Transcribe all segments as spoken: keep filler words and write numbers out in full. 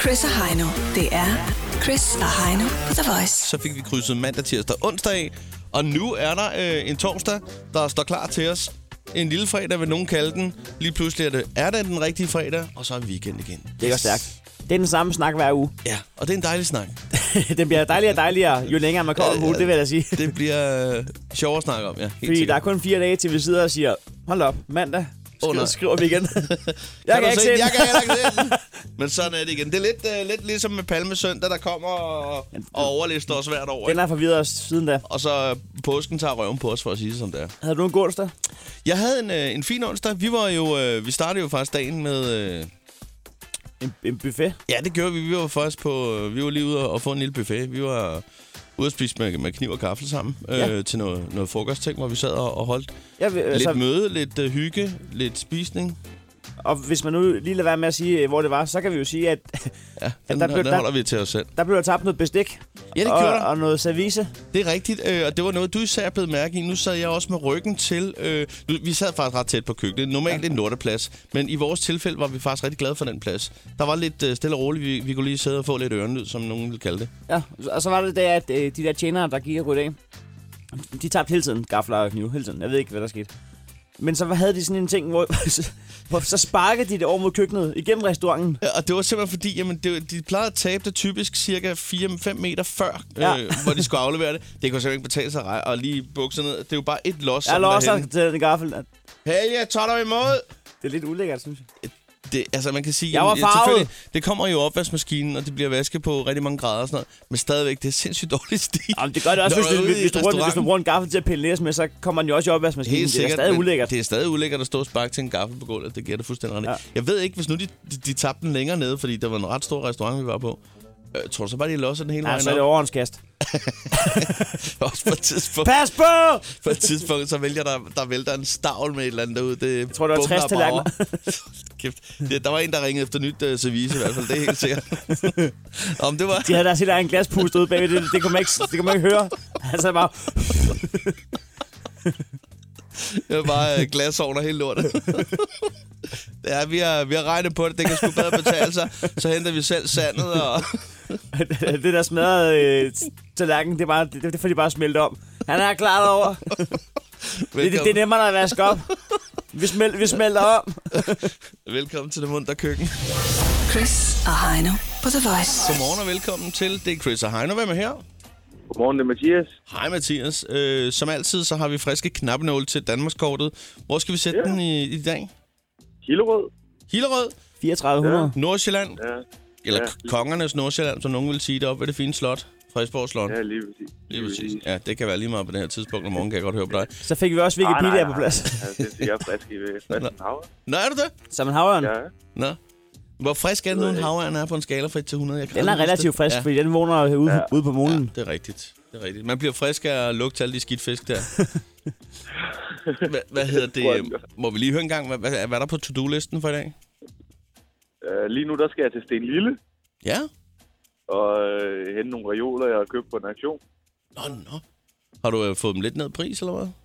Chris og Heino. Det er Chris og Heino på The Voice. Så fik vi krydset mandag, tirsdag og onsdag af. Og nu er der øh, en torsdag, der står klar til os. En lille fredag vil nogen kalde den. Lige pludselig er det, er det den rigtige fredag, og så er weekend igen. Det går stærkt. Det er den samme snak hver uge. Ja, og det er en dejlig snak. Den bliver dejligere og dejligere, jo længere man kommer på, det vil jeg sige. Det bliver øh, sjovere at snakke om, ja. Fordi sikkert. Der er kun fire dage til, vi sidder og siger, hold op, mandag. Skriver, oh, skriver vi igen. jeg kan, kan ikke se den. Jeg kan heller ikke se den. Men sådan er det igen. Det er lidt, uh, lidt ligesom med Palmesøndag, der kommer og, og overlister os hvert år. Den har forvirret os siden da. Og så uh, påsken tager røven på os, for at sige det som det er. Havde du en god onsdag? Jeg havde en, uh, en fin onsdag. Vi var jo, uh, vi startede jo faktisk dagen med... Uh, en, en buffet? Ja, det gjorde vi. Vi var faktisk på... Uh, vi var lige ude og få en lille buffet. Vi var... ude at spise med, med kniv og gaffel sammen ja. øh, til noget, noget frokostting, hvor vi sad og, og holdt ja, vi, lidt så... møde, lidt uh, hygge, lidt spisning. Og hvis man nu lige lader være med at sige, hvor det var, så kan vi jo sige, at, ja, den, at der, blev, den holder der, vi til os selv. Der blev der tabt noget bestik ja, det og, gjorde der. og noget service. Det er rigtigt, øh, og det var noget, du især blev mærke i. Nu sad jeg også med ryggen til... Øh, vi sad faktisk ret tæt på køkkenet. Normalt ja. en lorteplads, men i vores tilfælde var vi faktisk rigtig glade for den plads. Der var lidt øh, stille og roligt. Vi, vi kunne lige sidde og få lidt ørenlyd, som nogen ville kalde det. Ja, og så var det der, at øh, de der tjenere, der gik og rydde af, de tabte hele tiden gafler og kniv. Hele tiden. Jeg ved ikke, hvad der skete. Men så havde de sådan en ting, hvor, hvor så sparkede de det over mod køkkenet igennem restauranten. Ja, og det var simpelthen fordi, jamen, det, de plejede at tabe det typisk cirka fire til fem meter før, ja. øh, hvor de skulle aflevere det. Det kunne simpelthen ikke betale sig at lige bukse ned. Det er jo bare et los. Jeg losser til den gaffel. Helge, tager dig imod! Det er lidt ulækkert, synes jeg. Det, altså man kan sige, jeg var farvet. Det kommer jo opvaskemaskinen, og det bliver vasket på rigtig mange grader og sådan noget. Men stadigvæk, det er sindssygt dårligt stil. Jamen, det gør det også, hvis du, hvis, du bruger, hvis du bruger en gaffel til at pille næs med, så kommer den jo også i opvaskemaskinen. Helt sikkert, det er stadig ulækkert. Det er stadig ulækkert at stå og sparke til en gaffel på gulvet. Det giver det fuldstændig ret. Ja. Jeg ved ikke, hvis nu de, de, de tabte den længere nede, fordi der var en ret stor restaurant, vi var på. Jeg tror du så bare, de losser den hele ja, vejen op? Ja, så er det overhåndskast. Også på et tidspunkt. Pas på! På et tidspunkt, så vælger der, der vælter en stavl med et eller andet derude. Det jeg tror, det var tres tallerkener. Kæft. Det, der var en, der ringede efter nyt uh, service i hvert fald. Det er helt sikkert. Om det var... De havde der set, der en glaspust ude bagved. Det, det kunne man ikke, det kunne man ikke høre. Altså bare... Det var bare uh, glasovner helt lortet. Det er, vi har, vi har regnet på det. Det kan sgu bedre betale sig. Så henter vi selv sandet og... det der smadrede øh, tallerken, det, er bare, det, det får de bare smelte om. Han er klar derovre. det, det, det er nemmere at vaske op. Vi, smel, vi smelter om. Velkommen til Det Muntre Køkken. Chris og Heino på The Voice. Godmorgen og velkommen til. Det er Chris og Heino. Hvem er her? Godmorgen, det er Mathias. Hej Mathias. Øh, som altid, så har vi friske knappenåle til Danmarkskortet. Hvor skal vi sætte ja. den i, i dag? Hillerød. Hillerød? fireogtredive hundrede. Ja. Nordsjælland? Ja. Eller ja. Kongernes Nordsjælland, som nogen vil sige det op ved det fine slot. Frederiksborg Slot. Ja, lige præcis. Lige præcis. Ja, det kan være lige meget på det her tidspunkt om morgenen, kan jeg godt høre på dig. Så fik vi også Wikipedia nej, nej, nej. på plads. Ja, det er frisk i frisk havre. Nå, er du det? Som en havørn? Ja. Nå. Hvor frisk er det nu, en havørn er på en skala fra et til hundrede? Jeg den er relativt frisk, ja. fordi den vågner ude, ja. ude på molen. Ja, det er rigtigt. Det er rigtigt. Man bliver frisk af at lugte alle de skidt fisk der. Hva, hvad hedder det? Må vi lige høre en gang, hvad, hvad, hvad er der på to-do-listen for i dag? Uh, lige nu, der skal jeg til Sten Lille. Ja? Og uh, hente nogle reoler, jeg har købt på en aktion. Nå, nå. Har du uh, fået dem lidt ned i pris, eller hvad?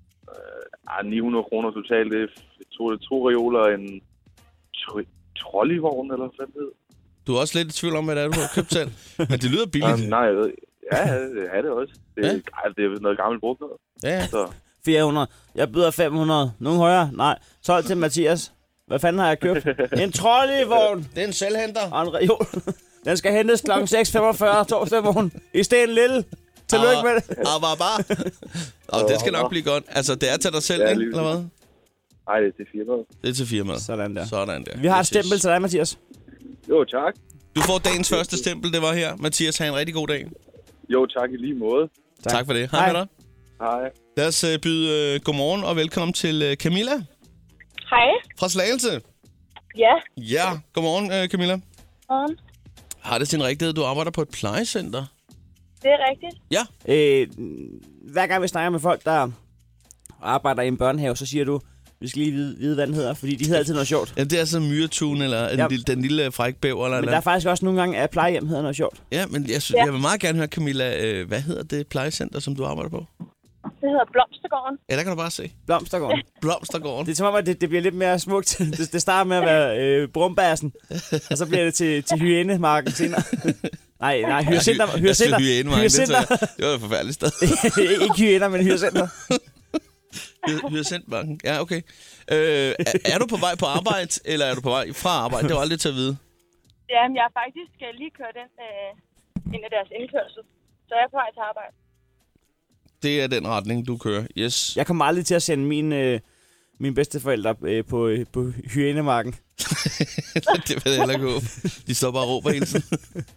Uh, ni hundrede kroner totalt. Det er to, to reoler og en trolleyvogn, eller hvad det hedder. Du er også lidt i tvivl om, hvad det er, du har købt selv. Men det lyder billigt. Um, nej, jeg ved. Ja, det er det også. Det er, ja? det er noget gammelt brugt noget. Ja, så. fire hundrede. Jeg byder fem hundrede. Nogen højere? Nej. tolv til Mathias. Hvad fanden har jeg købt? En trolleyvogn. Det er en selvhenter. Og en reol. Den skal hentes klokken seks femogfyrre torsdag morgen. I Sten Lille. Tillykke med det. Ah, bare. Og det skal nok blive godt. Altså, det er til dig selv, ja, ikke? Eller hvad? Nej, det er til firmaet. Det er til firmaet. Sådan der. Sådan der. Vi har et stempel til dig, Mathias. Jo, tak. Du får dagens første stempel, det var her. Mathias, have en rigtig god dag. Jo, tak i lige måde. Tak, tak for det. Hej, Hej med dig. Hej. Lad os uh, byde uh, godmorgen og velkommen til uh, Camilla. Hej. Fra Slagelse. Ja. Ja, godmorgen uh, Camilla. Godmorgen. Har det sin rigtighed, du arbejder på et plejecenter? Det er rigtigt. Ja. Øh, hver gang vi snakker med folk, der arbejder i en børnehave, så siger du, vi skal lige vide, vide hvad den hedder, fordi de hedder altid noget sjovt. Ja, det er altså myretun, eller ja. den, lille, den lille frækbæver. Eller men eller. Der er faktisk også nogle gange, at plejehjem hedder noget sjovt. Ja, men jeg, synes, ja. jeg vil meget gerne høre, Camilla, øh, hvad hedder det plejecenter, som du arbejder på? Det Det hedder Blomstergården. Ja, der kan du bare se. Blomstergården. Blomstergården. Det er som om, at det, det bliver lidt mere smukt. Det, det starter med at være øh, brumbærsen, og så bliver det til, til hyænemarken senere. Nej, nej, hyacinther. Hyacinther. Hyacinther. Det var et forfærdeligt sted. Ikke hyæner, men hyacinther. Hyacintbanken. Ja, okay. Øh, er, er du på vej på arbejde, eller er du på vej fra arbejde? Det var aldrig til at vide. Jamen, jeg har faktisk lige kørt ind, øh, ind af deres indkørsel. Så jeg er på vej til arbejde. Det er den retning, du kører. Yes. Jeg kommer aldrig til at sende mine, øh, mine bedsteforældre øh, på, øh, på hyænemarken. Det vil jeg heller ikke håbe. De står bare og råber hele tiden.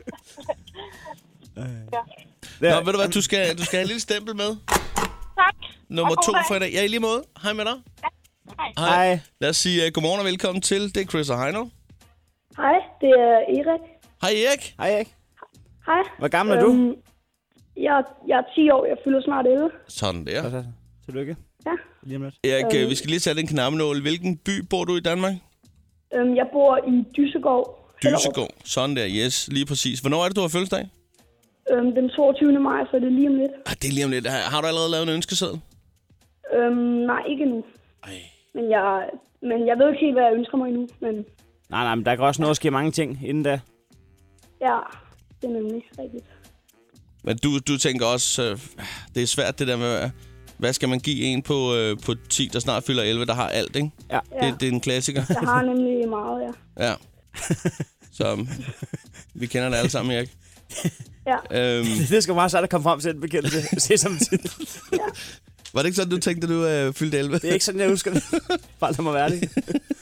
Ja. Nå, ved du hvad, du skal, du skal have et lille stempel med. Tak. Nummer Og to god dag. for i dag. Ja, i lige måde. Hej med dig. Hej. Hej. Lad os sige uh, godmorgen og velkommen til. Det er Chris og Heino. Hej, det er Erik. Hej Erik. Hej, Erik. Hej. Hvor gammel er du? Øhm, jeg, jeg er ti år, jeg fylder snart elleve. Sådan der. Ja. Tillykke. Ja. Lige om lidt. Erik, uh, vi skal lige tage den knappenål. Hvilken by bor du i Danmark? Øhm, jeg bor i Dysegård. Dysegård. Sådan der, yes. Lige præcis. Hvornår er det, du har fødselsdag? Øhm, den toogtyvende maj, så det er lige om lidt. Ah, det er lige om lidt. Har, har du allerede lavet en ønskeseddel? Øhm, nej, ikke endnu. Ej. Men jeg, men jeg ved ikke helt, hvad jeg ønsker mig endnu. Men Nej, nej, men der kan også nå at ske mange ting inden da. ja, det er nemlig rigtigt. Men du, du tænker også, øh, det er svært det der med, hvad skal man give en på, øh, på ti, der snart fylder elleve, der har alt, ikke? Ja. Ja. Det, det er en klassiker. Jeg har nemlig meget, ja. Ja. Så um, vi kender det alle sammen, Erik. Ja. Øhm, Det er sgu meget svært at komme frem til en bekendelse. Se som tid. var det ikke sådan, du tænkte, at du øh, fyldte elleve? Det er ikke sådan, jeg husker det. Bare lad mig være det.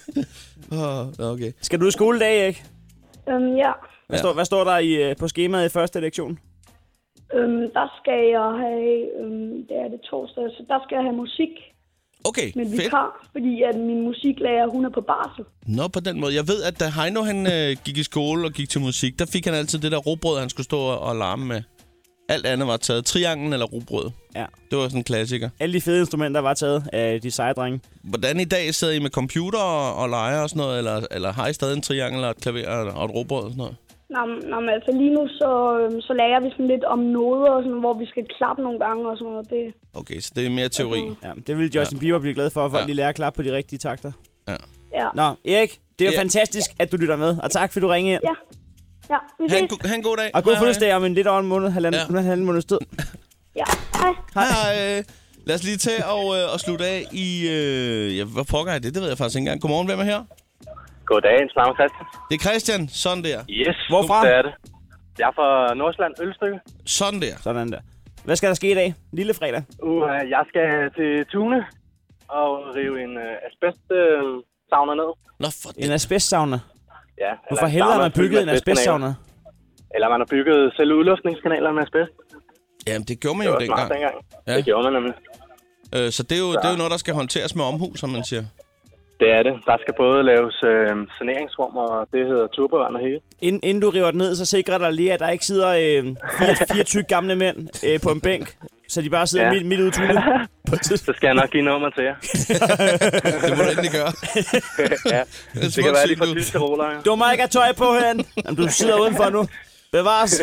Oh, okay. Skal du i skole i dag, Erik? Øhm, ja. Hvad, Ja. står, hvad står der i, øh, på skemaet i første lektion? Øhm, der skal jeg have, øhm, det er det torsdag, så der skal jeg have musik Okay, med fedt. vikar, fordi at min musiklærer, hun er på barsel. Nå, på den måde. Jeg ved, at da Heino han, øh, gik i skole og gik til musik, der fik han altid det der rugbrød, han skulle stå og larme med. Alt andet var taget. Trianglen eller rugbrød. Ja. Det var sådan en klassiker. Alle de fede instrumenter var taget af de seje drenge. Hvordan i dag sidder I med computer og, og leger og sådan noget? Eller, eller har I stadig en triangel og et klaver og et rugbrød og sådan noget? Nå, men- nå, men altså lige nu, så, øhm, så lærer vi sådan lidt om noder, og sådan, hvor vi skal klappe nogle gange og sådan noget. Det, Okay, så det er mere teori. Ja, det ville Justin Bieber blive glad for, at folk Ja. lige lærer at klappe på de rigtige takter. Ja. ja. Nå, Erik, det er jo Ja. fantastisk, at du lytter med. Og tak, fordi du ringede ind. Ja. Ja, vi Ha' en, ses. go- ha' en god dag. Og god Hej, hej. fødselsdag om en lidt over en måned, halvanden, Ja. ja. halvanden måneds tid. Ja, hej. Hej, hej. Lad os lige tage og, øh, og slutte af i... Øh, ja, hvad pokker er det? Det ved jeg faktisk ikke engang. Godmorgen, hvem er her? Goddag, ens navn er Christian. Det er Christian. Sådan der. Yes, Hvorfra? det er det. Jeg er fra Nordsjælland, Ølstykke. Sådan der. Sådan der. Hvad skal der ske i dag? Lille fredag. Uh, jeg skal til Tune og rive en uh, asbest-savner ned. Nå, for En det. asbestsauna. Ja, Hvorfor helvede har man bygget en asbestsauna? Eller man har bygget selv udluftningskanaler med asbest. Jamen, det gjorde man Det jo var smart dengang. dengang. Ja. Ja. Det gjorde man nemlig. Øh, så det er, jo, det er jo noget, der skal håndteres med omhu, som man siger. Det er det. Der skal både laves øh, saneringsrum, og det hedder turbovand og hele. Inden, inden du river den ned, så sikrer dig lige, at der ikke sidder øh, fire, fire tykke gamle mænd øh, på en bænk. Så de bare sidder ja. Ja. midt, midt ude i Tune. Så skal jeg nok give nummer til jer. Det må du endelig gøre. Ja, Det, det kan være lige fra tysk til roller. Du må ikke have tøj på herinde. Jamen, du sidder udenfor nu. Bevares.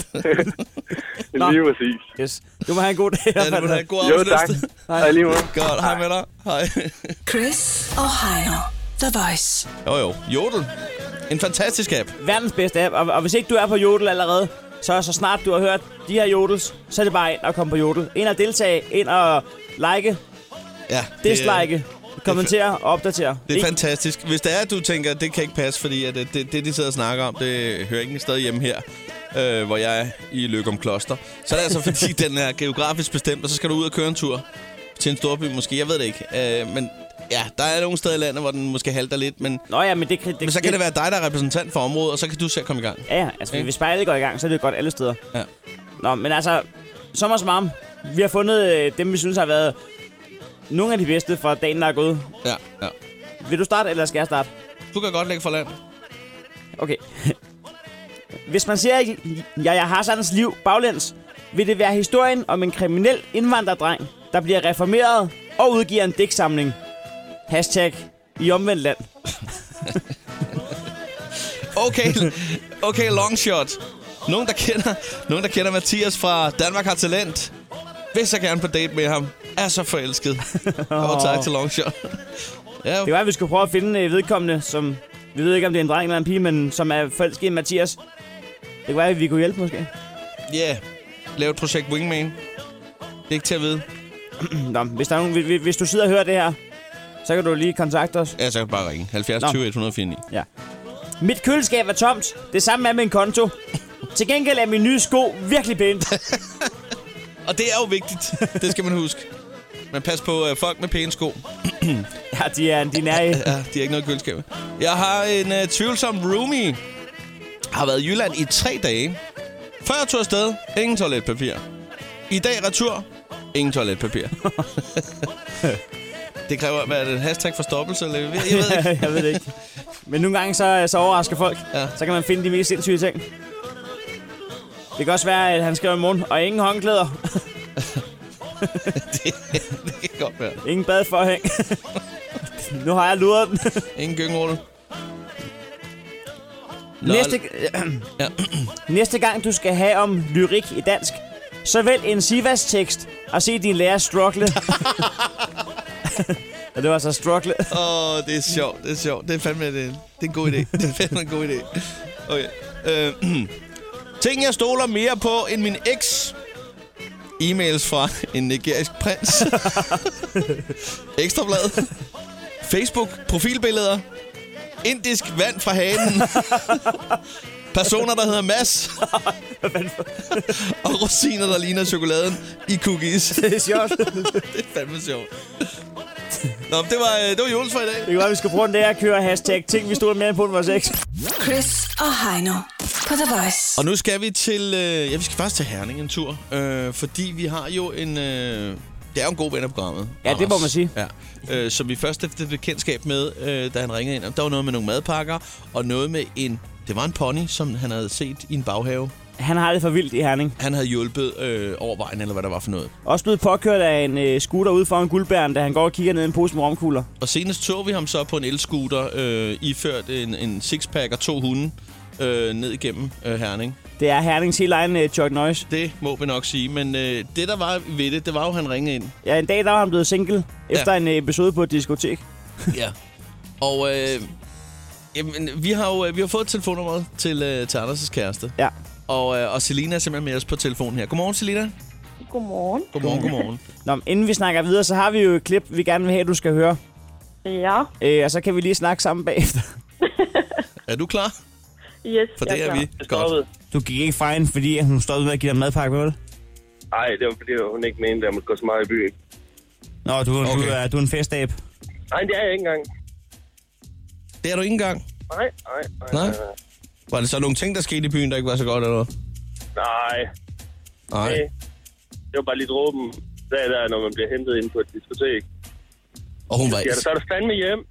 Nå. Lige præcis. Yes. Du må have en god dag. i hvert Ja, fald. det må have en god Jo, tak. arbejdsliste. Hej lige måde. Godt, hej med dig. Hej. Chris og Heino. The Voice. Jo jo, Jodel. En fantastisk app. Verdens bedste app. Og, og hvis ikke du er på Jodel allerede, så så snart du har hørt de her Jodels, så er det bare ind og komme på Jodel. Ind og deltage, ind og like, Ja, dislike, kommentere og opdatere. Det er Ikke? fantastisk. Hvis det er, at du tænker, at det kan ikke passe, fordi at det, det, det, de sidder og snakker om, det hører ingen sted hjemme her, øh, hvor jeg er i Løgum Kloster. Så er det altså, fordi den er geografisk bestemt, og så skal du ud og køre en tur til en storby måske. Jeg ved det ikke. Øh, men ja, der er nogle steder i landet, hvor den måske halter lidt, men, Nå ja, men det, det, men så kan det være dig, der er repræsentant for området, og så kan du selv komme i gang. Ja, ja, altså Ja. hvis bare alle går i gang, så er det godt alle steder. Ja. Nå, men altså, sommer som arm. Vi har fundet øh, dem, vi synes har været nogle af de bedste fra dagen, der er gået. Ja, ja. Vil du starte, eller skal jeg starte? Du kan godt lægge for land. Okay. Hvis man ser Yahya Hassans liv baglæns, vil det være historien om en kriminel indvandrerdreng, der bliver reformeret og udgiver en digtsamling. Hashtag i omvendt land. Okay, okay, long shot. Nogen, der kender, nogen, der kender Mathias fra Danmark har Talent, vil så gerne på date med ham. er så forelsket. Og tak til Longshot. Ja. Det var, at vi skulle prøve at finde øh, vedkommende, som... Vi ved ikke, om det er en dreng eller en pige, men som er forelsket i Mathias. Det kan være, at vi kunne hjælpe, måske. Ja, yeah. Lav et projekt Wingman. Det er ikke til at vide. Nå, hvis, der er nogen, hvis du sidder og hører det her, så kan du lige kontakte os. Ja, så kan du bare ringe. halvfjerds tyve et hundrede fire ni. Ja. Mit køleskab er tomt. Det samme er min konto. Til gengæld er min nye sko virkelig pænt. Og det er jo vigtigt. Det skal man huske. Men pas på uh, folk med pæne sko. Ja, de er, de er nære. Ja, de har ikke noget køleskab. Jeg har en uh, tvivlsom roomie. Har været i Jylland i tre dage. Før jeg tog afsted, ingen toiletpapir. I dag retur, ingen toiletpapir. Det kræver, hvad er det, hashtag forstoppelse? Eller? Jeg ved ikke. Jeg ved det ikke. Men nogle gange så, så overrasker folk. Ja. Så kan man finde de mest sindssyge ting. Det kan også være, at han skriver i morgen, og ingen håndklæder. det, det kan godt være. Ingen badeforhæng. Nu har jeg luret den. Ingen gyngerulle. Næste, ja. Næste gang du skal have om lyrik i dansk, så vælg en Sivas-tekst og se din lærer struggle. Og det var så struggle. Åh, oh, det er sjovt, det er sjovt. Det er fandme det, det er en god idé. Det er fandme en god idé. Okay. Øh, ting, jeg stoler mere på end min eks. E-mails fra en nigerisk prins. Ekstrablad. Facebook profilbilleder. Indisk vand fra hanen. Personer, der hedder Mads. Og rosiner, der ligner chokoladen i cookies. Det er sjovt. Det er fandme sjovt. Nå, det var, det var jules for i dag. Det kan være, vi skal bruge den der at køre hashtag ting, vi stod mere på, den var seks. Chris og Heino på The Voice. Og nu skal vi til, øh, ja, vi skal faktisk til Herning en tur, øh, fordi vi har jo en, øh, det er jo en god ven af programmet. Ja, Anders, det må man sige. Ja, øh, som vi først efter bekendtskab med, øh, da han ringede ind. Der var noget med nogle madpakker, og noget med en, det var en pony, som han havde set i en baghave. Han har det for vildt i Herning. Han havde hjulpet øh, over vejen, eller hvad der var for noget. Også blevet påkørt af en øh, scooter ude foran Guldbæren, da han går og kigger ned i en pose med romkugler. Og senest så vi ham så på en elscooter, øh, iført en, en sixpack og to hunde, øh, ned igennem øh, Herning. Det er Hernings helt egen øh, Chuck Norris. Det må vi nok sige, men øh, det der var ved det, det var jo, han ringede ind. Ja, en dag der var han blevet single, efter Ja. en øh, episode på et diskotek. Ja. Og øh, jamen, vi har jo vi har fået telefonnummeret til, øh, til Anders' kæreste. Ja. Og, øh, og Selina er simpelthen med os på telefonen her. Godmorgen, Selina. Godmorgen. Godmorgen, godmorgen. Nå, men inden vi snakker videre, så har vi jo et klip, vi gerne vil have, at du skal høre. Ja. Øh, og så kan vi lige snakke sammen bagefter. Er du klar? Yes, For det jeg er klar. vi. Godt. Du gik ikke fra hende, fordi hun stoppede med at give dig madpakke, vel? Nej, det var fordi, hun ikke mente, at man gå så meget i byen. Nå, du, okay. du, er, du er en festab. Nej, det er jeg ikke engang. Det er du ikke engang. Nej, nej, nej. Nej? Var det så nogle ting, der skete i byen, der ikke var så godt, eller hvad? Nej. Nej. Nej. Det var bare lige dråben. Der er der, når man bliver hentet ind på et diskotek. Og hun var... Ja, så er der fandme hjem.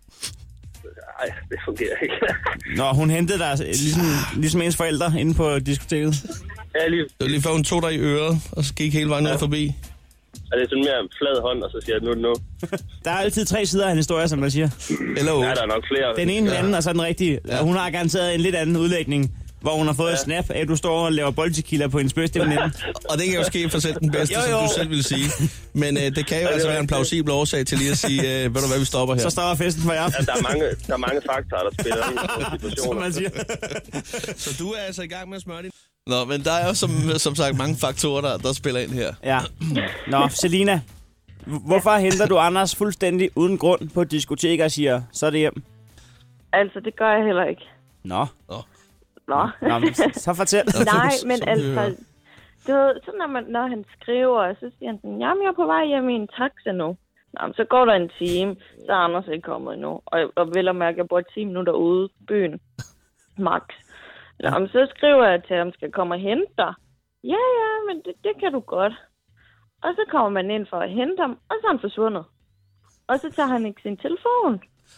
Nej, det fungerer ikke. Nå, hun hentede dig ligesom, ligesom ens forældre inde på diskoteket. Ja, lige... Det var lige før, hun tog dig i øret, og så gik hele vejen ned forbi. Og det er sådan mere en flad hånd, og så siger jeg, nu er det nu. Der er altid tre sider af en historie, som man siger. Eller otte. Ja, der er nok flere. Den ene, den anden, og så den rigtige. Ja. Hun har garanteret en lidt anden udlægning, hvor hun har fået ja. et snap af, at du står og laver bolchekilder på hendes bedste veninde. Og det kan jo ske for selv den bedste, Jo, som jo. du selv vil sige. Men øh, det kan jo altså være en plausibel årsag til lige at sige, øh, ved du hvad, vi stopper her. Så stopper festen for jer. Ja, der er mange, der er mange faktorer, der spiller ind i Som situationer. man siger. Så du er altså i gang med at smøre din... Nå, men der er jo som, som sagt mange faktorer, der, der spiller ind her. Ja. Nå, Selina. Hvorfor henter du Anders fuldstændig uden grund på et diskotek og siger, så er det hjem? Altså, det gør jeg heller ikke. Nå. Nå. Nå. Nå, men så fortæl. Nej, som- men som altså, hører. du ved, så når, man, når han skriver, så siger han sådan, jamen, jeg er på vej hjem i en taxa nu. Nå, men så går der en time, så er Anders ikke kommet endnu. Og, og vel at mærke, at jeg bor ti minutter ude i byen. Max. Nå, men så skriver jeg til ham, skal jeg komme og hente dig? Ja, ja, men det, det kan du godt. Og så kommer man ind for at hente ham, og så er han forsvundet. Og så tager han ikke sin telefon.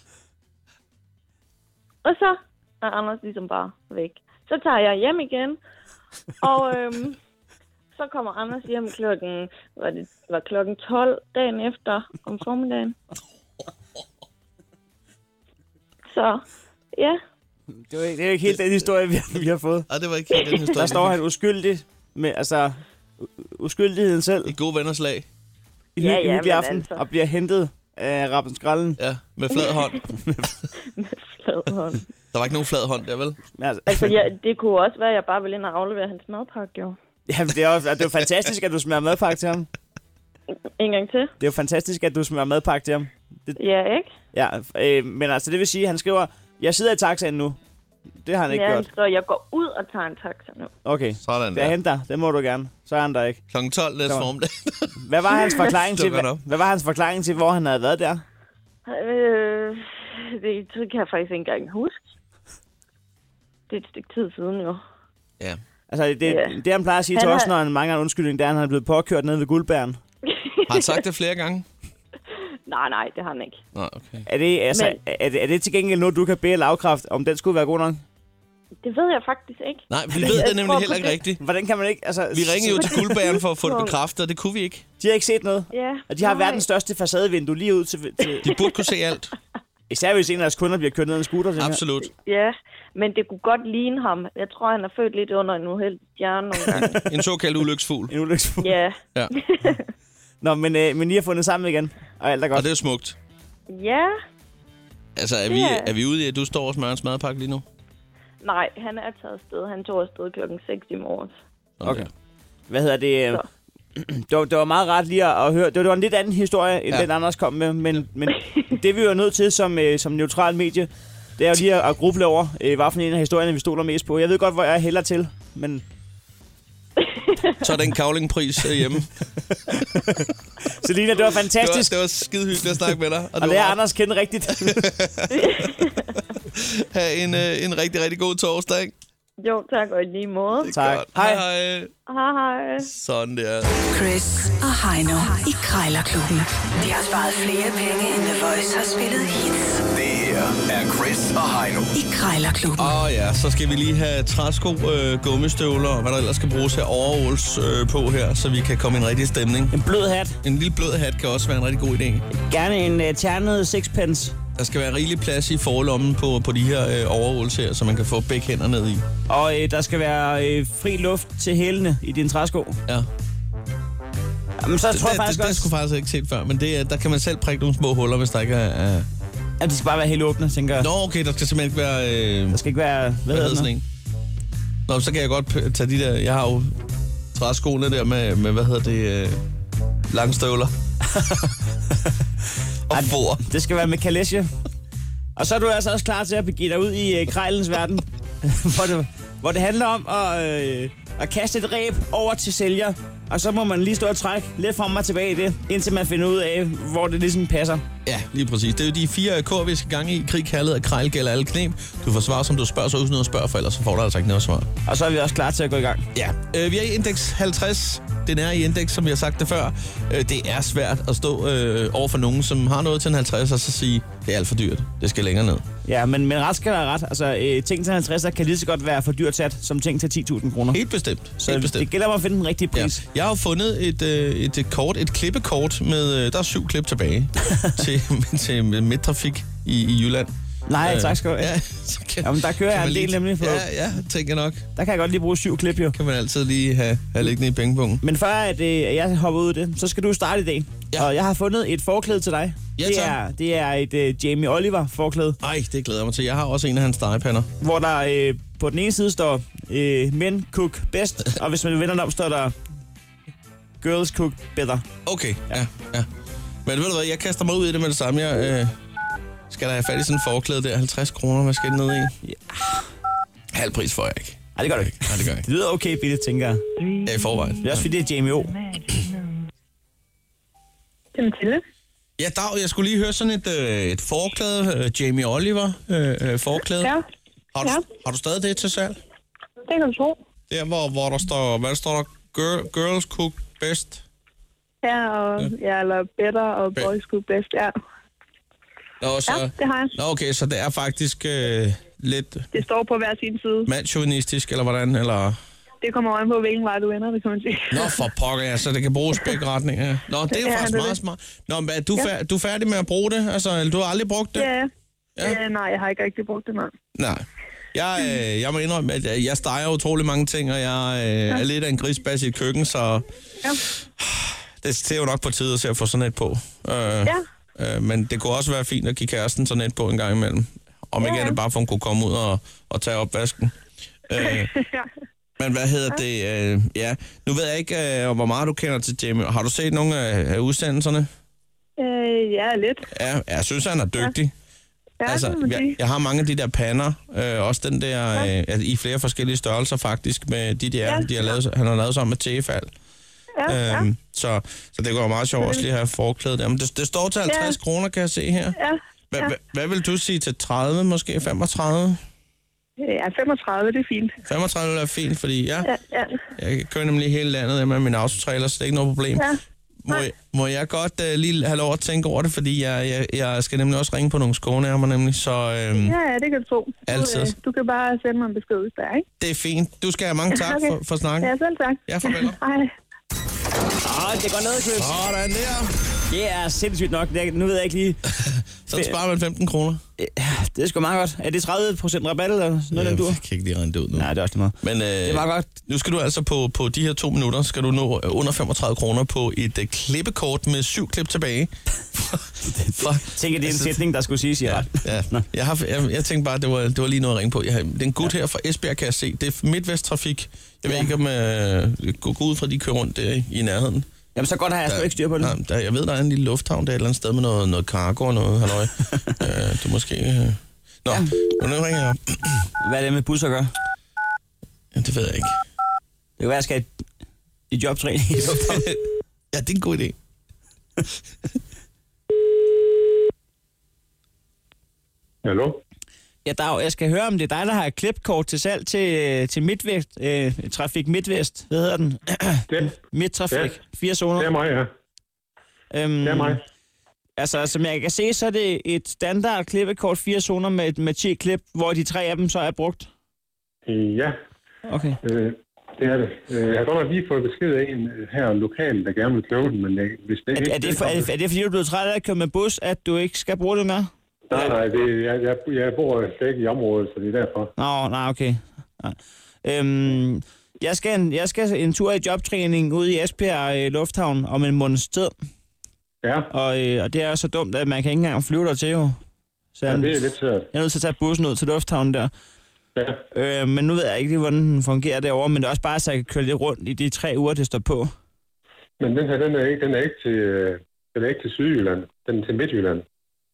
Og så er Anders ligesom bare væk. Så tager jeg hjem igen, og øhm, så kommer Anders hjem klokken, var det var klokken tolv dagen efter om formiddagen. Så, ja. Det er, ikke, det er ikke helt den historie, vi har, vi har fået. Ej, det var ikke helt den historie. Der står han uskyldig, med, altså u- uskyldigheden selv. I gode venners lag. en Ja, hy- ja, hyggelig men aften altså. og bliver hentet af Rappen Skralden. Ja, med flad hånd. Med flad hånd. Der var ikke nogen flad hånd der, vel? Altså, Altså, ja, det kunne også være, at jeg bare ville ind og aflevere hans madpakke, jo. jamen, det er jo det er jo fantastisk, at du smører madpakke til ham. En gang til. Det er jo fantastisk, at du smører madpakke til ham. Det, Ja, ikke? ja, øh, men altså, det vil sige, at han skriver, jeg sidder i taxaen nu. Det har han ikke Ja, gjort. så jeg går ud og tager en taxa nu. Okay, Sådan jeg der. henter dig. Det må du gerne. Så er han der ikke. klokken tolv næste Kom. formiddag. Hvad var hans forklaring til, Dukker hvad, op. hvad var hans forklaring til, hvor han havde været der? Øh, det, det kan jeg faktisk ikke engang huske. Det er et stykke tid siden, jo. Ja. Altså, det, Ja. det han plejer at sige Han til os, har- når han mangler en undskyldning, det er, at han er blevet påkørt ned ved Guldbæren. Har han sagt det flere gange? Nej, nej, det har han ikke. Nå, okay. Er det, altså, Men- er, det, er det til gengæld noget, du kan bede lavkraft, om den skulle være god nok? Det ved jeg faktisk ikke. Nej, vi Jeg ved det tror nemlig på heller ikke det. rigtigt. Hvordan kan man ikke? Altså, Vi ringede jo til Guldbæren for at få det bekræftet, og det kunne vi ikke. De har ikke set noget. Ja. Og de har nej. verdens største facadevindue lige ud til... til De burde kunne se alt. især hvis en af deres kunder bliver kørt ned af en scooter. tænker jeg. Absolut. Ja, men det kunne godt ligne ham. Jeg tror, han er født lidt under en uheldig stjerne nogle gange. En såkaldt ulyksfugl. En ulyksfugl. Ja. Ja. Nå, men, øh, men I har fundet sammen igen, og alt er Og godt. det er smukt. Ja. Altså, er vi, Det er- er vi ude i, at du står og smører en madpakke lige nu? Nej, han er taget afsted. Han tog afsted klokken seks i morges. Okay. Hvad hedder det? øh, Så. Det var, det var meget rart lige at, at høre. Det var, det var en lidt anden historie, end Ja. ja. den Anders kom med. Men, men det vi er nødt til som, øh, som neutral medie, det er jo lige at, at gruble over, øh, hvad for en af historierne, vi stoler mest på. Jeg ved godt, hvor jeg hælder til, men Så er den kavlingpris øh, hjemme. Selina, det var Det var, fantastisk. det var skide hyggeligt at snakke med dig. Og Og du lære har Anders kende rigtigt. have en, øh, en rigtig, rigtig god torsdag. Ikke? Jo, tak og i lige måde. Tak. Godt. Hej. Hej. Hej, hej. Sådan der. Chris og Heino i Krejlerklubben. De har sparet flere penge, end The Voice har spillet hits Det her er Chris og Heino. i Krejlerklubben. Åh oh, ja, så skal vi lige have træsko, øh, gummistøvler og hvad der ellers skal bruges her overalls øh, på her, så vi kan komme i en rigtig stemning. En blød hat. En lille blød hat kan også være en rigtig god idé. Gerne en uh, ternet sixpence. Der skal være rigelig plads i forlommen på, på de her øh, overalls her, så man kan få begge hænder ned i. Og øh, der skal være øh, fri luft til hælene i din træsko. Ja. Jamen, så Det, tror jeg det, faktisk det, det også, skulle faktisk ikke set før, men det, er- der kan man selv prikke nogle små huller, hvis der ikke er... er... at de skal bare være helt åbne, tænker jeg. Nå, okay, der skal simpelthen ikke være... Øh... Der skal ikke være... Hvad, Hvad hedder hedder sådan den? en? Nå, så kan jeg godt p- tage de der... Jeg har jo træskoene der med, med hvad hedder det... Øh, langstøvler. og bord. Det skal være med kalesje. Og så er du altså også klar til at begive dig ud i øh, krejlens verden, hvor, det, hvor det handler om at, øh, at kaste et ræb over til sælger, og så må man lige stå og trække lidt frem og tilbage i det, indtil man finder ud af, hvor det ligesom passer. Ja, lige præcis. Det er jo de fire K'er, vi skal gang i. Krig, kærlighed og krejl gælder alle knep. Du får svar, som du spørger, så uden noget at spørge, for ellers så får du altså ikke noget svar. Og så er vi også klar til at gå i gang. Ja, øh, vi er i indeks halvtreds. Den er i indeks, som vi har sagt det før. Øh, det er svært at stå øh, over for nogen, som har noget til en halvtreds, og så sige, det er alt for dyrt. Det skal længere ned. Ja, men, men ret skal være ret. Altså, øh, ting til halvtredser kan lige så godt være for dyrt sat, som ting til ti tusind kroner. Helt bestemt. Så Helt bestemt. det gælder om at finde den rigtige Ja. pris. Jeg har jo fundet et, øh, et, et kort, et klippekort med, øh, der er syv klip tilbage til, til midttrafik i, i Jylland. Nej, Øh, tak skal du have. Ja, så kan, Jamen, der kører kan jeg man en del lige- nemlig på. Ja, ja, tænker jeg nok. Der kan jeg godt lige bruge syv klip, jo. Kan man altid lige have, have liggende i pengepunkten. Men før at, øh, jeg hopper ud i det, så skal du starte i dag. Ja. Og jeg har fundet et forklæde til dig. Ja, det, tak. er, det er et øh, Jamie Oliver forklæde, Ej, det glæder jeg mig til. Jeg har også en af hans stegepander. hvor der øh, på den ene side står øh, Men cook best, og hvis man vender den om, står der Girls cook better. Okay, ja, ja. Men ved du hvad, jeg kaster mig ud i det med det samme. Jeg øh, skal da have fat i sådan en forklæde der. halvtreds kroner, hvad skal det ned i? Ja. Halv pris får jeg ikke. Nej, det gør du ikke. Nej, det gør jeg Det ikke. lyder okay billigt, tænker jeg. Ja, i forvejen. Det er også fordi, det er Jamie O. Det er Mathilde. Ja, Dag, jeg skulle lige høre sådan et, øh, et forklæde. Øh, Jamie Oliver øh, øh, forklæde. Ja, Har du, ja. har du stadig det til salg? det kan du tro. Der, hvor, hvor der står, hvad står der? Girl, girls cook best. Ja, og, ja, eller better og Be- boys cook best, ja. Nå, så, Ja, det har jeg. Nå, okay, så det er faktisk øh, lidt Det står på hver sin side. mandsjuvenistisk, eller hvordan? Eller... Det kommer an på, hvilken vej du ender, det kan man sige. Nå, for pokker, ja, så det kan bruges begge retninger. Nå, det er jo Ja, faktisk det er meget det. smart. Nå, men er du, fær- du er færdig med at bruge det? Altså, eller du har aldrig brugt det? Ja, ja. Ja. ja. Nej, jeg har ikke rigtig brugt det, nej. Nej. Jeg, øh, jeg må indrømme, at jeg steger utrolig mange ting, og jeg øh, er lidt af en grisbas i et køkken, så Ja. det er jo nok på tide at se at få sådan et på. Øh, Ja. øh, men det kunne også være fint at give kæresten sådan et på en gang imellem. Om ikke Ja. er det bare, for hun kunne komme ud og, og tage opvasken. Øh, ja. men hvad hedder det? Øh, ja, nu ved jeg ikke, øh, hvor meget du kender til Jamie. Har du set nogle af, af udsendelserne? Øh, ja, lidt. Ja, jeg synes, han er dygtig. Ja, Altså, det må man jeg, sige. jeg har mange af de der pander, øh, også den der, øh, altså, i flere forskellige størrelser faktisk, med de der, Ja. de har lavet, han har lavet sammen med Tefal. Ja, ja. Øhm, så, så det går meget sjovt også lige at have forklædet der. Men det, det står til halvtreds Ja. kroner, kan jeg se her. Ja, Hva, ja. hva, hvad vil du sige til tredive, måske femogtredive? Ja, femogtredive, det er fint. femogtredive er fint, fordi ja, Ja, ja. jeg kører nemlig i hele landet med min autotrailer, så det er ikke noget problem. Ja. Må, jeg, må jeg godt uh, lige have lov at tænke over det, fordi jeg, jeg, jeg skal nemlig også ringe på nogle skånærmer nemlig, så øhm, Ja, ja, det kan du tro. Du, Altid. øh, du kan bare sende mig en besked, hvis der er, ikke? det er fint. Du skal have mange tak Okay. for, for snakken. Ja, selv tak. Ja, farvel. Hej. Åh, det går ned, Chris. Sådan der. Det er sindssygt nok. Det er, nu ved jeg ikke lige... Så sparer man femten kroner. Ja, det er sgu meget godt. Er det tredive procent rabat, eller sådan noget, den dur? Jeg kan ikke lige regne det ud nu. Nej, det er også lige meget. Men øh, Det er meget godt. nu skal du altså på, på de her to minutter, skal du nå øh, under femogtredive kroner på et øh, klippekort med syv klip tilbage. For, Tænker, det er en sætning, der skulle siges i ja, ret. ja. Jeg, har, jeg, jeg tænkte bare, det var, det var lige noget at ringe på. Jeg har, det er en gut her fra Esbjerg, kan jeg se. Det er Midtvest-trafik. Jeg ved Ja. ikke, om øh, gå, gå ud fra, de kører rundt der i, i nærheden. Jamen, så godt har jeg sgu ikke styr på det. Nej, der, jeg ved, der er en lille lufthavn der et eller andet sted med noget, noget cargo og noget. Halløj. øh, du måske... Øh... Nå, ja. Nu ringer jeg op. Hvad er det med bus at gøre? Ja, det ved jeg ikke. Det kan være, jeg skal i jobtræning i lufthavn. Ja, det er en god idé. Hallo? Ja, Dag, jeg skal høre, om det er dig, der har et klipkort til salg til, til Midtvest, øh, Trafik Midtvest. Hvad hedder den? Det, Midtrafik. Ja. Fire zoner. det er mig, ja. Øhm, Det er mig. Altså, som jeg kan se, så er det et standard klippekort, fire zoner med, med ti klip, hvor de tre af dem så er brugt. Ja, Okay. øh, det er det. Øh, Jeg har godt nok lige fået besked af en øh, her lokal, der gerne vil købe den, men jeg, hvis det Er, ikke... er, det for, er, det, er det fordi, du er blevet træt af at køre med bus, at du ikke skal bruge det mere? Nej, nej, det, jeg, jeg, jeg bor slet ikke i området, så det er derfor. Nå, nej, okay. Nej. Øhm, jeg, skal en, jeg skal en tur i jobtræning ud i Esbjerg øh, Lufthavn om en måneds tid. Ja, Og, øh, og det er så dumt, at man kan ikke engang flyve der til jo. Så ja jeg, det er lidt svært. jeg er nødt til at tage bussen ud til lufthavnen der. Ja. Øh, men nu ved jeg ikke lige, hvordan den fungerer derovre, men det er også bare, så jeg kan køre lidt rundt i de tre uger, det står på. Men den her, den er ikke, den er ikke til, øh, den er ikke til Sydjylland. Den er til Midtjylland.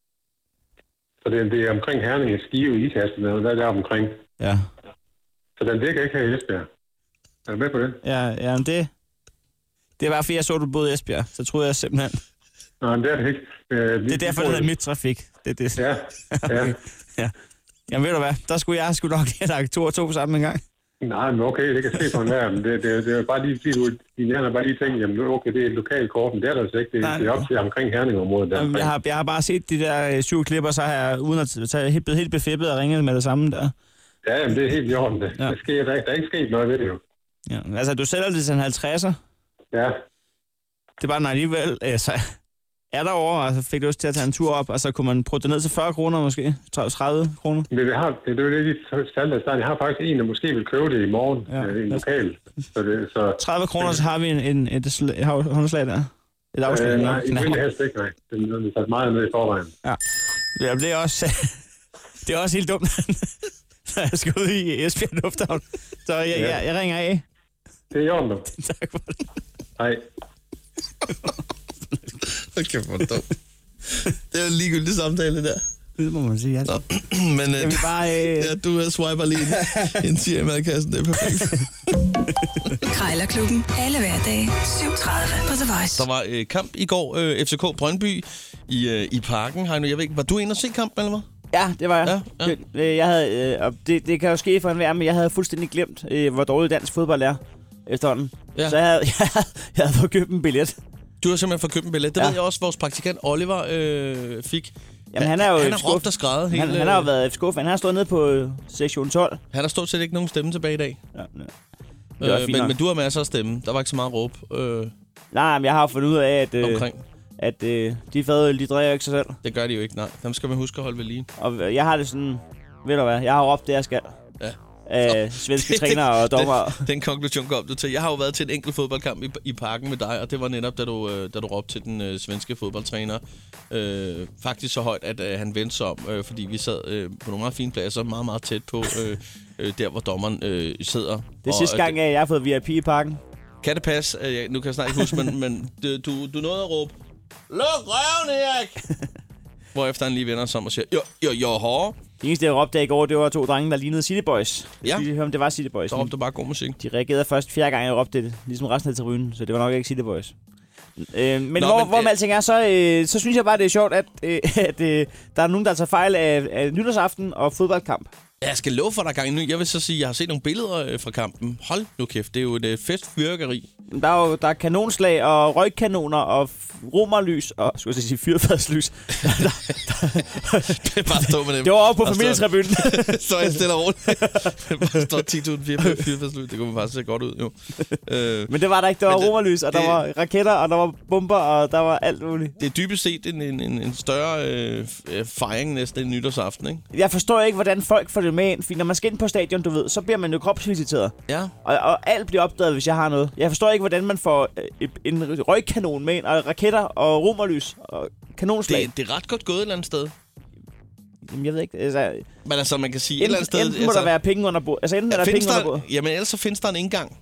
Så det, det er omkring Herning, Skive, Ikast, og der er der omkring. Ja. Så den virker ikke her i Esbjerg. Er du med på det? Ja, ja, men det... Det er bare fordi, jeg så, du boede i Esbjerg. Så troede jeg simpelthen... Nej, men det er det ikke. Øh, Det er derfor, det hedder Midtrafik. Det er det. Ja, ja. ja. Jamen ved du hvad, der skulle jeg skulle nok have lagt to og to sammen en gang. Nej, men okay, det kan ske på en hver, men det, det, det er bare lige, fordi du, dine har bare lige tænkt, jamen okay, det er et lokalt kort, men det er der altså ikke. Det, Nej. det er op til omkring Herning-området. Der. Jamen, jeg, har, jeg har bare set de der øh, syv klipper, så har jeg uden at tage helt, helt befippet og ringet med det samme der. Ja, jamen det er helt i orden. Det. Ja. Ja. Der, sker, der, er, der er ikke sket noget ved det jo. Ja. Altså, du sælger det til en halvtredser. Ja, Det er bare, når alligevel øh, så er derovre, og så fik du også til at tage en tur op, og så kunne man prøve det ned til fyrre kroner måske, tredive kroner. men det, har, det, det er jo det, de talte af starten. Jeg har faktisk en, der måske vil købe det i morgen, Ja. ja. øh, en lokal. Så det, så, tredive kroner, så har vi en, en, et, et håndslag der. Et afslag. øh, nej, det vil helst ikke, nej. Den er sat meget ned i forvejen. Ja, ja det er også, det er også helt dumt, når jeg skal ud i Esbjerg Lufthavn. Så jeg, Ja. jeg, jeg ringer af. Det er i orden, du. Tak for det. Hej. Okay, hvor dumt. Det er jo en ligegyldig samtale, der. Det må man sige, altså. Men øh, Jeg vil bare... Øh... ja, du øh, swiper lige en, en tier i madkassen. Det er perfekt. Krejlerklubben. Alle hverdage. syv tredive på The Voice. Der var øh, kamp i går, øh, F C K Brøndby i, øh, i parken. Heino, jeg ved ikke, var du inde og se kampen, eller hvad? Ja, det var jeg. Ja, ja. Det, øh, jeg havde, øh, og det, det kan jo ske for enhver, men jeg havde fuldstændig glemt, øh, hvor dårlig dansk fodbold er efterhånden. Ja. Så jeg havde, jeg, havde, jeg havde fået købt en billet. Du har simpelthen fået købt en billet. Det Ja. ved jeg også, vores praktikant Oliver øh, fik. Jamen, han er jo han et har skuff. råbt og skrevet hele... Han, han har jo været skuffet. Han har stået nede på øh, sektion tolv. Han har stort set ikke nogen stemme tilbage i dag. Ja, ja. Det var Øh, fint men, nok. men du har masser af stemme. Der var ikke så meget råb øh, Nej, men jeg har jo fundet ud af, at, øh, omkring. at øh, de fadøl, de drejer ikke sig selv. Det gør de jo ikke, nej. Dem skal man huske at holde ved lige. Og jeg har det sådan, ved du hvad, jeg har råbt det, jeg skal. Ja. af svenske trænere og dommer. Den, den konklusion kom du til. Jeg har jo været til en enkelt fodboldkamp i, i parken med dig, og det var netop, da du, øh, da du råbte til den øh, svenske fodboldtræner. Øh, faktisk så højt, at øh, han vendte sig om, øh, fordi vi sad øh, på nogle meget fine pladser, meget, meget tæt på øh, øh, der, hvor dommeren øh, sidder. Det er og, sidste gang, at jeg har fået V I P i parken. Kan det passe? Øh, nu kan jeg snart ikke huske, men, men du, du nåede at råbe, luk røven, Erik! Hvorefter han lige vender sig om og siger, jo, jo, jo, hårde. Det eneste, jeg råbte i går, det var to drenge, der lignede City Boys. Ja. Jeg hørte, om det var City Boys. Så råbte bare god musik. De reagerede først fjerde gang, jeg råbte det, ligesom resten af tribunen, så det var nok ikke City Boys. Øh, men Nå, hvor, men, hvor øh, med alting er, så, øh, så synes jeg bare, det er sjovt, at, øh, at øh, der er nogen, der tager fejl af, af nytårsaften og fodboldkamp. Jeg skal love for dig gang nu. Jeg vil så sige, at jeg har set nogle billeder øh, fra kampen. Hold nu kæft, det er jo et øh, festfyrkeri. Der er jo der er kanonslag og røgkanoner og romerlys og skulle jeg sige fyrfadslys. Det er bare stå med dem. Det var oppe på familietribunen. Så jeg stille og roligt. Der står ti tusind fyrfadslys. Det kunne man faktisk se godt ud, jo. Øh, Men det var der ikke. Der var det, romerlys, og der det, var raketter, og der var bomber, og der var alt muligt. Det er dybest set en, en, en, en større øh, fejring næsten en nytårsaften, ikke? Jeg forstår ikke, hvordan folk får det med ind. Fordi når man skal ind på stadion, du ved, så bliver man jo kropsvisiteret. Ja. Og, og alt bliver opdaget, hvis jeg har noget. Jeg forstår ikke, hvordan man får øh, en røgkanon med ind, og raketter og romerlys og kanonslag. Det, det er ret godt gået et eller andet sted. Jamen, jeg ved ikke. Altså, Men altså, man kan sige enten, et eller andet sted... Enten må altså, der være penge under bordet. Altså, enten ja, er der penge der, under bordet. Jamen, ellers så findes der en indgang.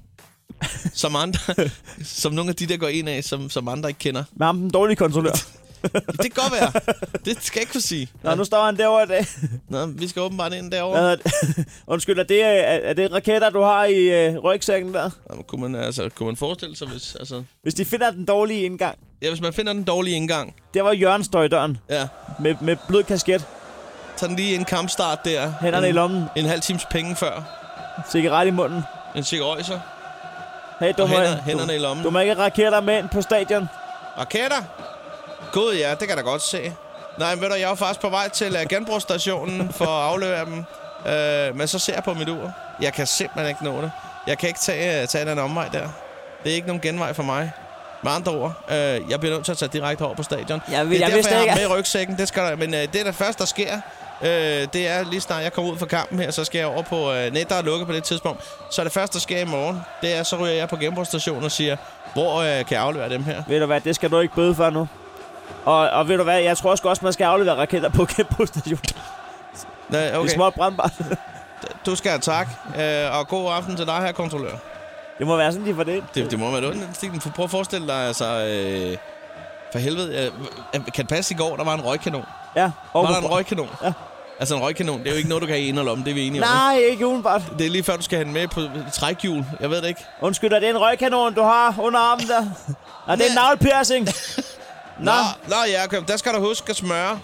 som andre... som nogle af de, der går ind af, som, som andre ikke kender. Med ham den dårlige kontrollør. Det kan godt være. Det skal jeg ikke kunne sige. Nå, ja. Nu står han derovre i dag. Nå, vi skal åbenbart ind derovre. Undskyld, er det, er, er det raketter, du har i øh, rygsækken der? Jamen, kunne, man, altså, kunne man forestille sig, hvis... Altså... Hvis de finder den dårlige indgang. Ja, hvis man finder den dårlige indgang. Der var Jørgen står i døren. Ja. Med, med blød kasket. Tag den lige en kampstart der. Hænderne en, i lommen. En halv times penge før. Cigaret i munden. En cigarøjser. Hey, du og må, hænder, du, hænderne i lommen. Du må ikke raketter med ind på stadion. Raketter? God ja, det kan jeg da godt se. Nej, men ved du, jeg var faktisk på vej til uh, genbrugsstationen for at aflevere dem. Uh, men så ser jeg på mit ur. Jeg kan simpelthen ikke nå det. Jeg kan ikke tage, uh, tage den omvej der. Det er ikke nogen genvej for mig. Med andre ord, uh, jeg bliver nødt til at tage direkte over på stadion. Jeg, vil, det er jeg derfor, jeg ikke. har med i rygsækken. Det skal der, men uh, det er det første, der sker. Uh, det er lige snart jeg kommer ud fra kampen her, så skal jeg over på... Uh, net, der er lukket på det tidspunkt. Så det første, der sker i morgen, det er, så ryger jeg på genbrugsstationen og siger, hvor uh, kan jeg aflevere dem her? Ved du hvad, det skal du ikke bøde for nu. Og, og ved du hvad, jeg tror også godt, man skal aflevere raketter på genbrugsstationen. Okay. Det er småt brandbart. Du skal have tak, øh, og god aften til dig her, kontrollør. Det må være sådan, de får det. Det, det må være noget. Prøv at forestille dig, altså... Øh, for helvede, øh, kan det passe i går, der var en røgkanon? Ja. Var der en røgkanon? Ja. Altså en røgkanon, det er jo ikke noget, du kan have i inderlommen, det er vi enige om. Nej, ikke umiddelbart. Det er lige før, du skal have den med på trækhjul. Jeg ved det ikke. Undskyld, er det en røgkanon, du har under armen der? Er det en navlepiercing? Nå, nå Jacob, der skal du huske at smøre.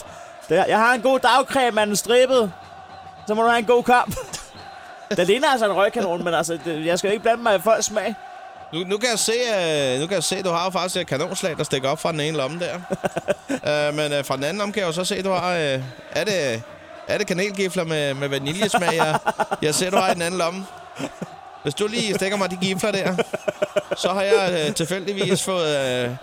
Jeg har en god dagcreme, man strippet. Så må du have en god kamp. Det ligner altså en røgkanon, men altså, det, jeg skal jo ikke blande mig i folks smag. Nu, nu kan jeg se, uh, nu kan jeg se, du har jo faktisk et kanonslag, der stikker op fra den ene lomme der. uh, men uh, fra den anden lomme kan jeg jo så se, du har... Uh, er det, er det kanelgifler med, med vaniljesmag? Jeg, jeg ser, du har i den anden lomme. Hvis du lige stikker mig de gifler der, så har jeg uh, tilfældigvis fået... Uh,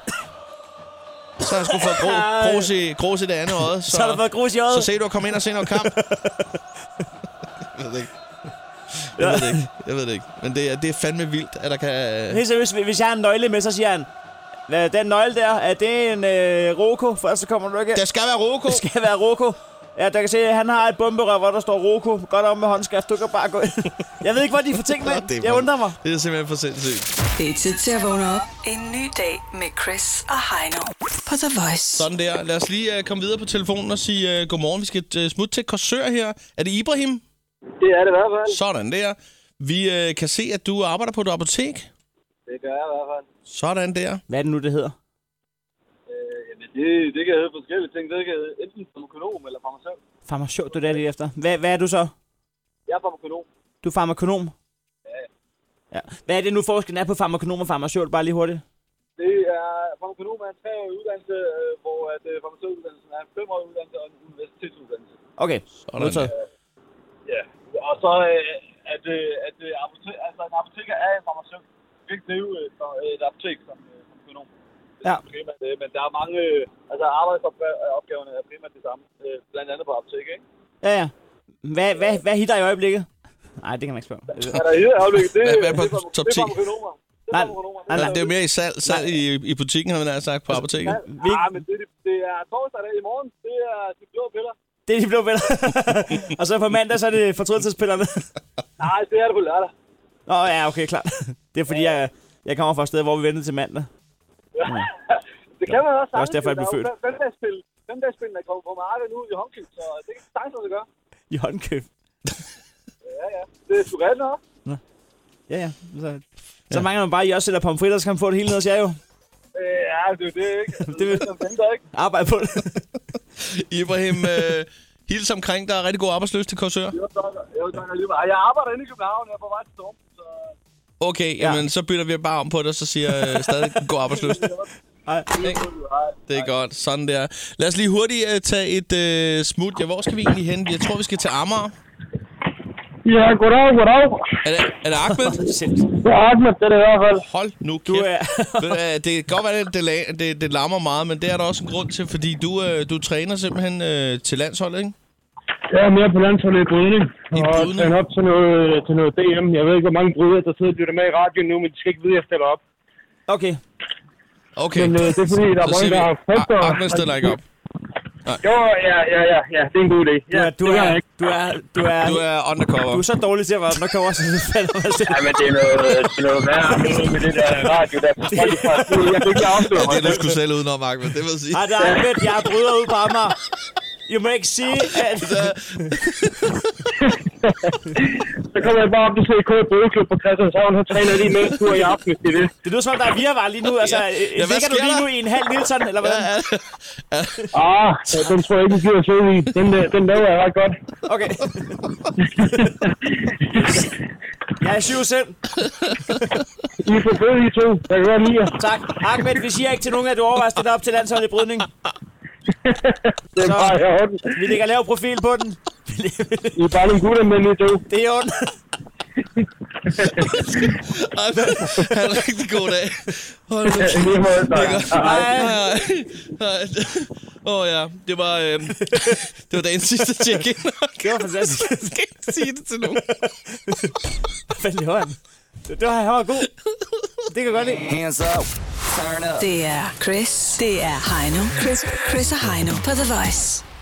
så har jeg sgu fået gro, grus, i, grus i det andet øje. Så, så har du fået grus i øjet. Så se, du har kommet ind og se noget kamp. Jeg ved det ikke. Jeg ved det ikke. Jeg ved det ikke. Men det er, det er fandme vildt, at der kan... Helt seriøst, hvis jeg har en nøgle med, så siger han... Den nøgle der, er det en øh, Roko? For så kommer du ikke... Det skal være Roko. Det skal være Roko. Ja, der kan se, at han har et bomberør, hvor der står Roko. Godt om med håndskrift. Du kan bare gå ind. Jeg ved ikke, hvor de får ting med. Jeg undrer mig. Det er simpelthen for sindssygt. Det er tid til at vågne op. En ny dag med Chris og Heino på The Voice. Sådan der. Lad os lige uh, komme videre på telefonen og sige uh, godmorgen. Vi skal uh, smutte til Korsør her. Er det Ibrahim? Det er det i hvert fald. Sådan der. Vi uh, kan se, at du arbejder på et apotek. Det gør jeg i hvert fald. Sådan der. Hvad er det nu, det hedder? Øh, jamen, det, det kan hedde forskellige ting. Det kan hedde enten farmakonom eller farmaceut. Farmaceut, du er der lige efter. Hvad, hvad er du så? Jeg er farmakonom. Du er farmakonom? Ja. Ja. Hvad er det nu forskellen er på farmakonom og farmaceut? Bare lige hurtigt. Det er farmakonom er en treårig uddannelse, hvor at farmaceutuddannelsen er en femårig uddannelse og en universitetsuddannelse. Okay, modtaget. Ja, og så øh, at, øh, at øh, apotek, altså en apoteker er en farmaceut. Du kan ikke drive et, et apotek som, øh, som økonom. Ja. Primært, øh, men der er mange, øh, altså arbejdsopgaverne er primært det samme, øh, blandt andet på apotek, ikke? Ja, ja. Hvad, hvad, hvad hitter i øjeblikket? Nej, det kan man ikke spørge. Er der i det øjeblik? Det, Hvad- hvad er på det er fra- top det er ti? fra Mokonomer. Det er Nej, fra Mokonomer. nej, nej. Det er jo mere i salg, salg i, i butikken, har man nær sagt, på apoteket. Vi, Ja, men det, det, det er torsdag dag i morgen. Det er de blå piller. det er de blå piller. Og så på mandag, så er det fortrydelsespillerne. Nej, det er det på lørdag. Nå, ja, okay, klart. Det er fordi, jeg, jeg kommer fra et sted, hvor vi ventede til mandag. Det kan man også Det er også derfor, jeg blev født. Hvem der spil, hvem der spil, der kommer på markedet nu i håndkøb, så det kan sagtens det gøre. I håndkøb. Ja, ja. Det er sgu ret nok. Ja, ja. Så, så mangler man bare, at I også sælger pomfritter, så kan man få det hele ned hos jer jo. Øh, Ja, det er jo det, ikke? Det vil Jeg venter, ikke? arbejde på det. Ibrahim, øh, hils omkring, der er rigtig god arbejdsløs til Korsør. Jo, tak. Jo, tak lige meget. Jeg arbejder inde i København. Jeg er på vej til Storm, så... Okay, jamen så bytter vi bare om på det, og så siger jeg øh, stadig god arbejdsløs. Hej. Det er godt, sådan der. Lad os lige hurtigt uh, tage et uh, smut. Ja, hvor skal vi egentlig hen? Jeg tror, vi skal til Amager. Ja, goddag, goddag. Er det, er det Ahmed? Det er Ahmed, det er det i hvert fald. Hold nu kæft. Du er... Ved du hvad, det kan godt være, at det, la- det, det larmer meget, men det er der også en grund til, fordi du, uh, du træner simpelthen uh, til landsholdet, ikke? Jeg er mere på landsholdet i brydning. I Og brydning? træner op til noget, til noget D M. Jeg ved ikke, hvor mange bryder, der sidder og lytter med i radioen nu, men de skal ikke vide, at jeg stiller op. Okay. Okay. Men øh, det er fordi, der er Så mange, siger der vi, har fester. Ah- Ahmed stiller ikke op. Jo, ja, ja, ja, ja, det er en god idé. Du Ja, er, du det gør er, jeg ikke. du er, du er, Du er undercover. du er så dårlig til at være undercover, så det falder mig selv. Ja, men det er noget, det er noget værre noget med det der radio der. Jeg kan ikke afsløre Ja, mig. det er du sgu selv udenom, Ahmed, det vil jeg sige. Ej, der er fedt. Jeg er bryder ud på Amager. I må ikke sige, at... Så kommer jeg bare op til C K Brydeklub på Christianshavn. Han træner lige med tur i aften, hvis det er det. Det lyder som om, der er virvar lige nu. Altså, Ja, ja, hvad ligger du sker lige der? nu i en halv Nilsson, eller hvad? Ja, ja. Ah, den tror jeg ikke, vi gider at sidde i. Den, der- den laver jeg ret godt. Okay. Jeg er syv selv. I er for fede, I to. Jeg kan godt lide jer. Tak. Ahmed, vi siger ikke til nogen, at du overvejer at stille op til landsholdet i brydning. Det er Så- bare i orden. Vi lægger lav profil på den. I er bare nogle gutter, men I to. Det er ondt. Ahmed, ha' en rigtig god dag. Hold nu. I lige måde, tak. Det er godt. Hej. Hej. Hej. Åh oh, ja, det var, øh, det var dagens sidste check-in. Det var fantastisk. Jeg skal ikke sige det til nogen. Hvad fanden laver han? Det det var han var god. Det kan jeg godt lide. Hands up. Turn up. Det er Chris. Det er Heino. Chris, Chris og Heino på The Voice.